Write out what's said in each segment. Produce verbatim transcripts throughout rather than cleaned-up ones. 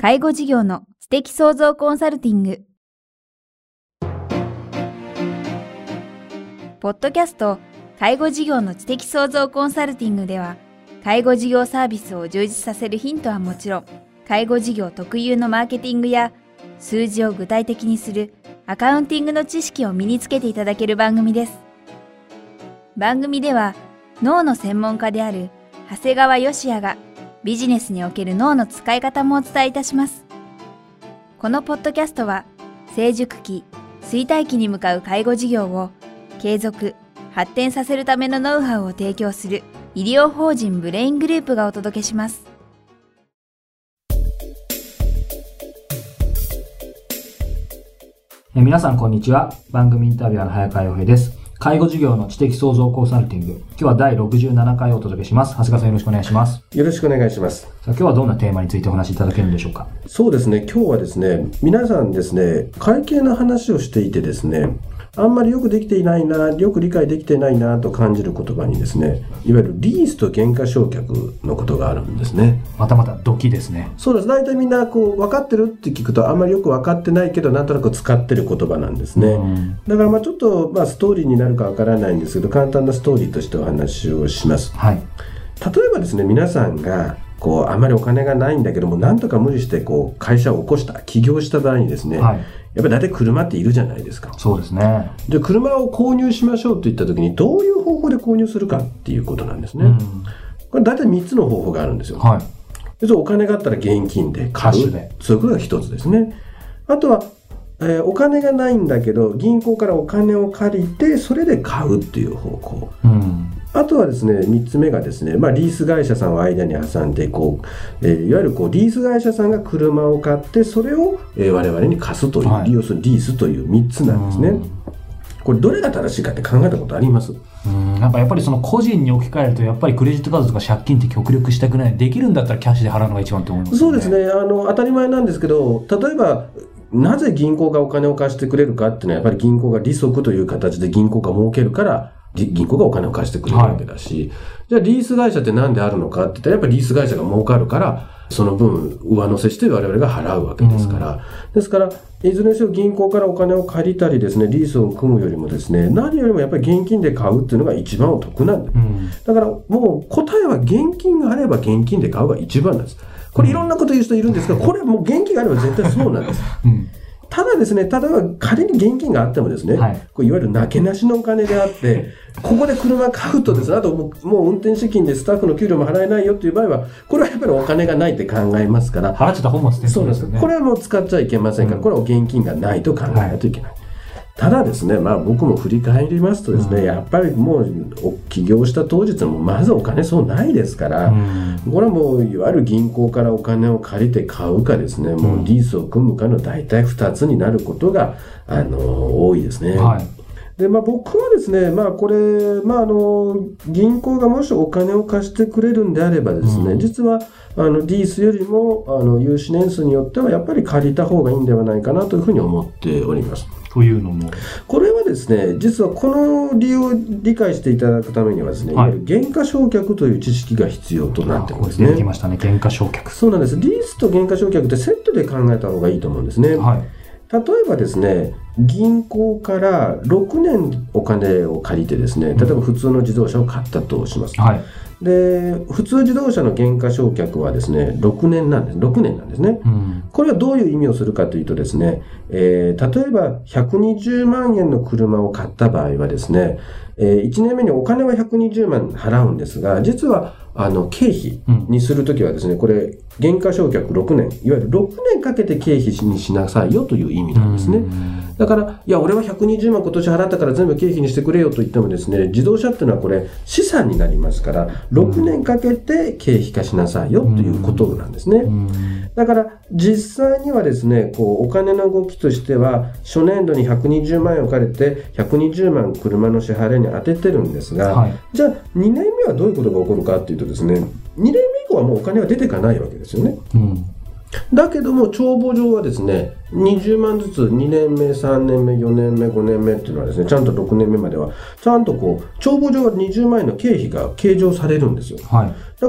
介護事業の知的創造コンサルティング。ポッドキャスト介護事業の知的創造コンサルティングでは、介護事業サービスを充実させるヒントはもちろん、介護事業特有のマーケティングや数字を具体的にするアカウンティングの知識を身につけていただける番組です。番組では脳の専門家である長谷川芳也がビジネスにおける脳の使い方もお伝えいたします。このポッドキャストは成熟期、衰退期に向かう介護事業を継続、発展させるためのノウハウを提供する医療法人ブレイングループがお届けします。 え皆さんこんにちは。番組インタビュアーの早川洋平です。介護事業の知的創造コンサルティング。今日はだいろくじゅうななかいをお届けします。長谷川さんよろしくお願いします。 よろしくお願いします。 さあ今日はどんなテーマについてお話しいただけるんでしょうか。 そうですね。今日はですね、皆さんですね、会計の話をしていてですね、あんまりよくできていないな、よく理解できていないなと感じる言葉にですね、いわゆるリースと減価償却のことがあるんですね。 またまたドキですね。 そうです。大体みんなこう分かってるって聞くとあんまりよく分かってないけどなんとなく使ってる言葉なんですね。だからまあちょっとまあストーリーになるか分からないんですけど、簡単なストーリーとしてお話をします。 はい。 例えばですね、皆さんがこうあまりお金がないんだけどもなんとか無理してこう会社を起こした、起業した場合にですね、はい、やっぱり大体車っているじゃないですか。 そうですね。 で、車を購入しましょうといった時にどういう方法で購入するかっていうことなんですね。うん、これ大体みっつの方法があるんですよ。はい。で、お金があったら現金で買う。キャッシュで。そういうことが一つですね。あとは、えー、お金がないんだけど銀行からお金を借りてそれで買うっていう方向。うん。あとはですね、みっつめがですね、まあ、リース会社さんを間に挟んでこう、えー、いわゆるこうリース会社さんが車を買ってそれを、えー、我々に貸すという、はい、利用するリースというみっつなんですね。これどれが正しいかって考えたことあります？ うん、なんかやっぱりその個人に置き換えるとやっぱりクレジットカードとか借金って極力したくない。できるんだったらキャッシュで払うのが一番と思いますね。 そうですね。あの当たり前なんですけど、例えばなぜ銀行がお金を貸してくれるかっていうのはやっぱり銀行が利息という形で銀行が儲けるから銀行がお金を貸してくれるわけだし、はい、じゃあリース会社ってなんであるのかって言ったらやっぱりリース会社が儲かるからその分上乗せして我々が払うわけですから、うん、ですからいずれにせよ銀行からお金を借りたりですね、リースを組むよりもですね、何よりもやっぱり現金で買うっていうのが一番お得なんだ、うん、だからもう答えは現金があれば現金で買うが一番なんです。これいろんなこと言う人いるんですが、これもう現金があれば絶対そうなんです、うん、ただですね、例えば仮に現金があってもですね、はい、こういわゆるなけなしのお金であってここで車買うとですね、あともう、もう運転資金でスタッフの給料も払えないよっていう場合はこれはやっぱりお金がないって考えますから、 払っちゃった本末転倒ですよね。 これはもう使っちゃいけませんから、うん、これは現金がないと考えないといけない、はい。ただですね、まあ僕も振り返りますとですね、うん、やっぱりもう起業した当日もまずお金そうないですから、うん、これはもういわゆる銀行からお金を借りて買うかですね、もうリースを組むかの大体ふたつになることが、あの多いですね。はい。で、まあ僕はですね、まあこれ、まああの、銀行がもしお金を貸してくれるんであればですね、うん、実はあのリースよりもあの融資年数によってはやっぱり借りた方がいいんではないかなというふうに思っております。 というのも、 これはですね、実はこの理由を理解していただくためにはですね、はい、いわゆる減価償却という知識が必要となっていますね。 出てきましたね、減価償却。 そうなんです。リースと減価償却ってセットで考えた方がいいと思うんですね。はい、例えばですね、銀行からろくねんお金を借りてですね、例えば普通の自動車を買ったとします。はい、で、普通自動車の減価償却はですね、ろくねんなんです。ろくねんなんですね。うん、これはどういう意味をするかというとですね、えー、例えばひゃくにじゅうまんえんの車を買った場合はですね、えー、いちねんめにお金はひゃくにじゅうまん払うんですが、実はあの経費にするときはですね、これ減価償却ろくねん、いわゆるろくねんかけて経費にしなさいよという意味なんですね。だから、いや、俺はひゃくにじゅうまん今年払ったから全部経費にしてくれよと言ってもですね、自動車っていうのはこれ資産になりますから、ろくねんかけて経費化しなさいよということなんですね。だから、実際にはですね、こう、お金の動きとしては、初年度にひゃくにじゅうまんえんを借りて、ひゃくにじゅうまん車の支払いに当ててるんですが、はい、じゃあにねんめはどういうことが起こるかというとですね、にねんめ以降はもうお金は出てかないわけですよね。うん、だけども帳簿上はですね、にじゅうまんずつにねんめ、さんねんめ、よねんめ、ごねんめっていうのはですね、ちゃんとろくねんめまではちゃんとこう帳簿上はにじゅうまんえんの経費が計上されるんですよ。はい、だから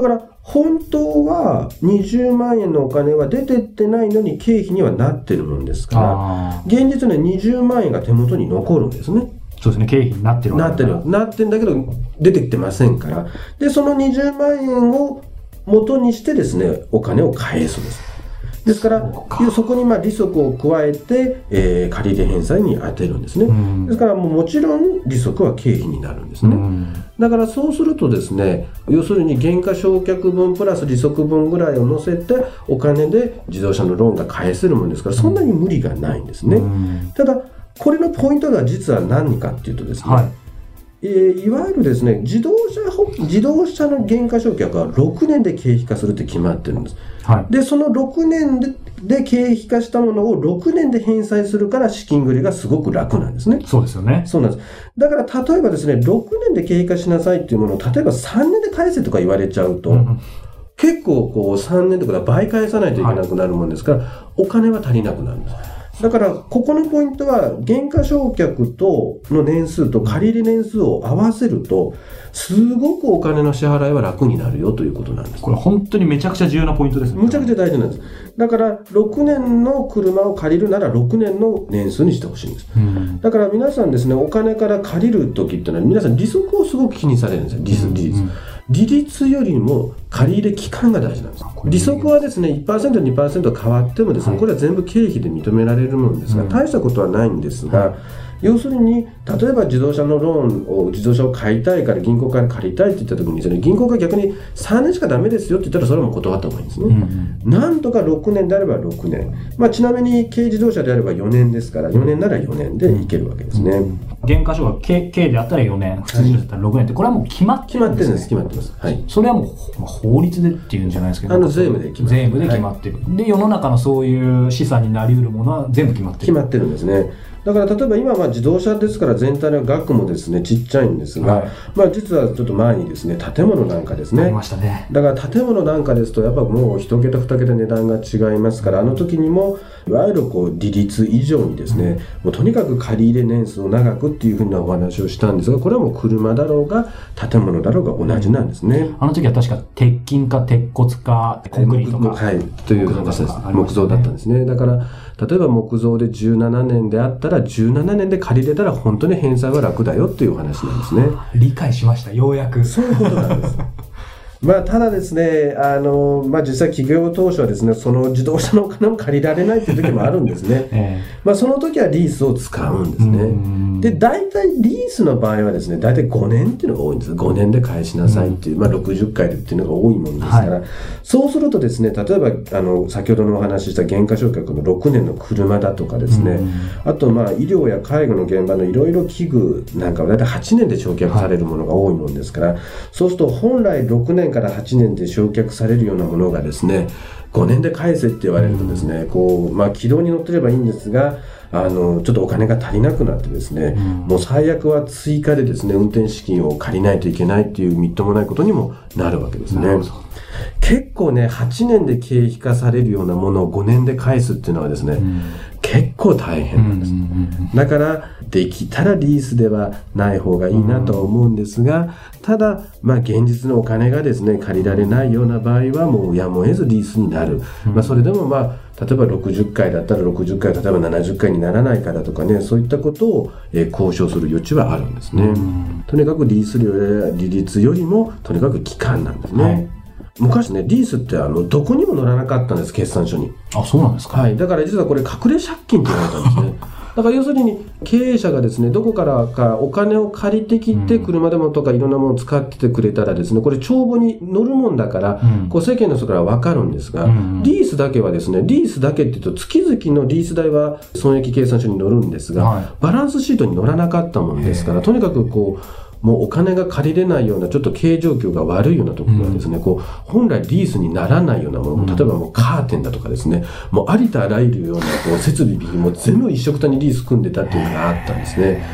本当はにじゅうまんえんのお金は出てってないのに経費にはなってるもんですから、現実にはにじゅうまんえんが手元に残るんですね。 そうですね、経費になってるわけだから。 なってる。なってるんだけど、出てきてませんから。で、そのにじゅうまんえんを元にしてですね、お金を返すんです。ですから、そ, そこにまあ利息を加えて、えー、借り入れ返済に充てるんですね。ですからもうもちろん利息は経費になるんですね。だからそうするとですね、要するに減価償却分プラス利息分ぐらいを乗せてお金で自動車のローンが返せるものですから、そんなに無理がないんですね。ただこれのポイントが実は何かっていうとですね、はい、えー、いわゆるですね、自動車自動車の減価償却はろくねんで経費化するって決まってるんです。はい、でそのろくねん で, で経費化したものをろくねんで返済するから資金繰りがすごく楽なんですね。 そうですよね。 そうなんです。だから例えばですね、ろくねんで経費化しなさいっていうものを例えばさんねんで返せとか言われちゃうと、うん、結構こうさんねんとか倍返さないといけなくなるもんですから、はい、お金は足りなくなるんです。だからここのポイントは減価償却との年数と借り入れ年数を合わせるとすごくお金の支払いは楽になるよということなんです。 これ本当にめちゃくちゃ重要なポイントですね。 むちゃくちゃ大事なんです。だからろくねんの車を借りるならろくねんの年数にしてほしいんです、うん、だから皆さんですね、お金から借りる時っていうのは皆さん利息をすごく気にされるんですよ。利息、利率、うんうん、利率よりも借り入れ期間が大事なんです。利息はですね いちパーセント、にパーセント 変わってもですね、はい、これは全部経費で認められるものですが、うん、大したことはないんですが、はい、要するに例えば自動車のローンを自動車を買いたいから銀行から借りたいって言った時にですね、銀行が逆にさんねんしかダメですよって言ったらそれはもう断った方がいいんですね、うんうん、なんとかろくねんであればろくねん、まあ、ちなみに軽自動車であればよねんですから、よねんならよねんでいけるわけですね、うん、 減価償却軽であったらよねん、普通自動車だったらろくねんって、これはもう決まってるんですね。 決まってるんです。決まってます。はい。 それはもう、まあ、法律でっていうんじゃないですけど、 あの税務で決まってる。 税務で決まってる、はい、で世の中のそういう資産になりうるものは全部決まってる。 決まってるんですね。だから例えば今は自動車ですから全体の額もですねちっちゃいんですが、はい、まあ実はちょっと前にですね建物なんかですね、 ありましたね。 だから建物なんかですとやっぱもう一桁二桁値段が違いますから、あの時にもいわゆるこう利率以上にですね、もうとにかく借り入れ年数を長くっていうふうなお話をしたんですが、これはもう車だろうが建物だろうが同じなんですね。 あの時は確か鉄筋か鉄骨かコンクリートか、 はい、という話です。木造だったんですね。だから例えば木造でじゅうななねんであったらじゅうななねんで借りれたら本当に返済は楽だよっていうお話なんですね。 理解しました、ようやく。 そういうことなんです。まあ、ただですね、あの、まあ、実際企業当初はですね、その自動車のお金も借りられないという時もあるんですね。ええ、まあ、その時はリースを使うんですね。で、大体リースの場合はですね、大体ごねんっていうのが多いんです。ごねんで返しなさいっていう、まあ、ろくじゅっかいでっていうのが多いもんですから、はい、そうするとですね、例えば、あの、先ほどのお話しした減価償却のろくねんの車だとかですね、あと、まあ、医療や介護の現場のいろいろ器具なんかは大体はちねんで償却されるものが多いもんですから、はい、そうすると本来ろくねんからはちねんで償却されるようなものがですね、ごねんで返せって言われるとですね、こう、まあ、軌道に乗ってればいいんですが、あの、ちょっとお金が足りなくなってですね、うん、もう最悪は追加でですね、運転資金を借りないといけないっていうみっともないことにもなるわけですね。結構ね、はちねんで経費化されるようなものをごねんで返すっていうのはですね、うん、結構大変なんです。だから、できたらリースではない方がいいなとは思うんですが、ただ、まあ現実のお金がですね、借りられないような場合はもうやむを得ずリースになる。うん、まあそれでもまあ、例えばろくじゅっかいだったらろくじゅっかい、例えばななじゅっかいにならないからとかね、そういったことを、えー、交渉する余地はあるんですね。うん、とにかくリース料や利率よりも、とにかく期間なんですね。はい、昔ね、リースってあの、どこにも載らなかったんです、決算書に。 あ、そうなんですか。 はい。だから実はこれ隠れ借金って言われたんですね。だから要するに経営者がですね、どこからかお金を借りてきて車でもとかいろんなものを使っててくれたらですね、これ帳簿に載るもんだから、こう世間の人から分かるんですが、リースだけはですね、リースだけって言うと月々のリース代は損益計算書に載るんですが、バランスシートに載らなかったもんですから、とにかくこう、もうお金が借りれないようなちょっと経営状況が悪いようなところはですね、うん、こう本来リースにならないようなもの、うん、例えばもうカーテンだとかですね、もうありとあらゆるようなこう設備も全部一緒くたにリース組んでたっていうのがあったんですね。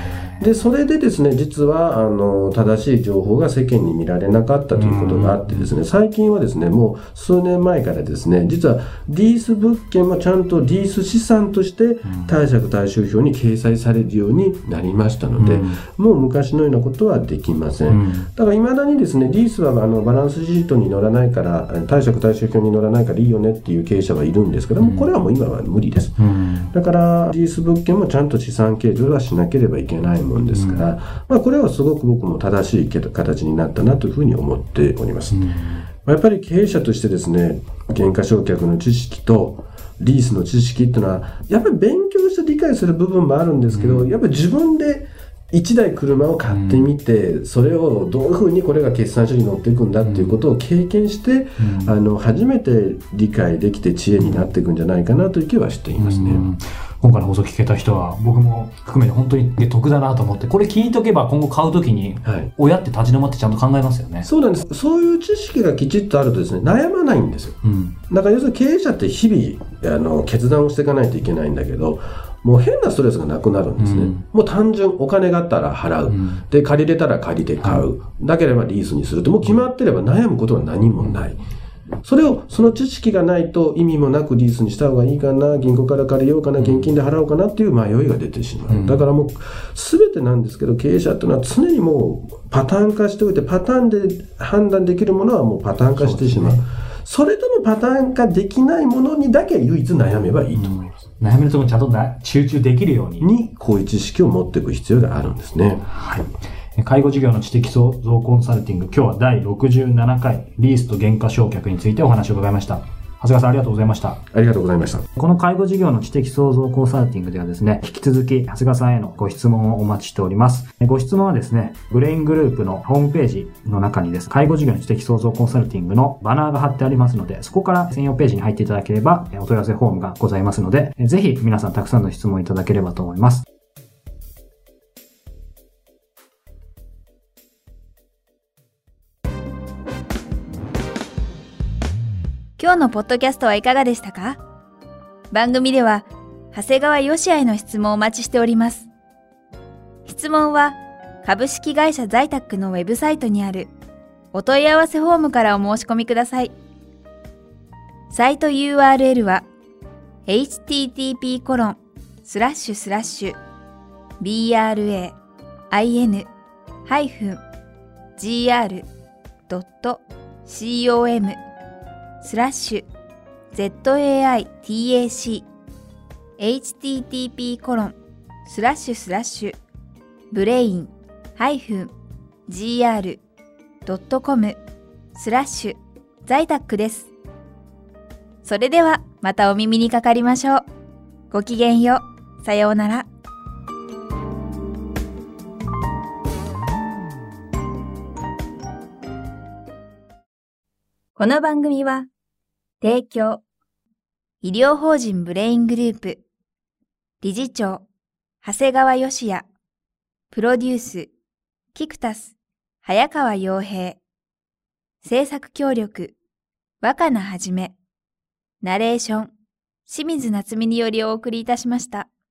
で、それでですね、実は、あの、正しい情報が世間に見られなかったということがあってですね、最近はですね、もう数年前からですね、実はリース物件もちゃんとリース資産として貸借対照表に掲載されるようになりましたので、もう昔のようなことはできません。だから未だにですね、リースはあのバランスシートに載らないから、貸借対照表に載らないからいいよねっていう経営者はいるんですけども、これはもう今は無理です。だから、リース物件もちゃんと資産計上はしなければいけないもんですから、まあ、これはすごく僕も正しい形になったなというふうに思っております。やっぱり経営者としてですね、減価償却の知識とリースの知識っていうのは、やっぱり勉強して理解する部分もあるんですけど、やっぱり自分で一台車を買ってみて、それをどういうふうにこれが決算書に乗っていくんだっていうことを経験して、あの初めて理解できて知恵になっていくんじゃないかなという気はしていますね。 今回の放送聞けた人は僕も含めて本当に得だなと思って、これ聞いとけば今後買うときに親って立ち止まってちゃんと考えますよね、はい、 そうなんです。そういう知識がきちっとあるとですね、悩まないんですよ、うん、だから要するに経営者って日々あの決断をしていかないといけないんだけど、もう変なストレスがなくなるんですね、うん、もう単純お金があったら払う、うん、で借りれたら借りて買う、はい、だければリースにするともう決まってれば悩むことは何もない。それを、その知識がないと意味もなくリースにした方がいいかな、銀行から借りようかな、現金で払おうかなっていう迷いが出てしまう。うん、だからもう、すべてなんですけど、経営者っていうのは常にもうパターン化しておいて、パターンで判断できるものはもうパターン化してしまう。それともパターン化できないものにだけ唯一悩めばいいと思います。 うん、悩めるところにちゃんと集中できるように。 に、こういう知識を持っていく必要があるんですね。 はい。介護事業の知的創造コンサルティング、今日はだいろくじゅうななかいリースと減価償却についてお話を伺いました。長谷川さん、ありがとうございました。 ありがとうございました。 この介護事業の知的創造コンサルティングではですね、引き続き長谷川さんへのご質問をお待ちしております。ご質問はですね、ブレイングループのホームページの中にです、介護事業の知的創造コンサルティングのバナーが貼ってありますので、そこから専用ページに入っていただければお問い合わせフォームがございますので、ぜひ皆さんたくさんの質問いただければと思います。 今日のポッドキャストはいかがでしたか？番組では長谷川よしあへの質問をお待ちしております。質問は株式会社在宅のウェブサイトにあるお問い合わせフォームからお申し込みください。サイト ユーアールエル は エイチティーティーピーコロンスラッシュスラッシュビーアールエーアイエヌハイフンジーアールドットコムスラッシュ zaitac エイチティーティーピーコロンスラッシュスラッシュブレインハイフンジーアールドットコムスラッシュ在宅です。それではまたお耳にかかりましょう。ごきげんよう。さようなら。この番組は提供医療法人ブレイングループ理事長長谷川芳也プロデュースキクタス早川洋平制作協力若菜はじめナレーション清水夏美によりお送りいたしました。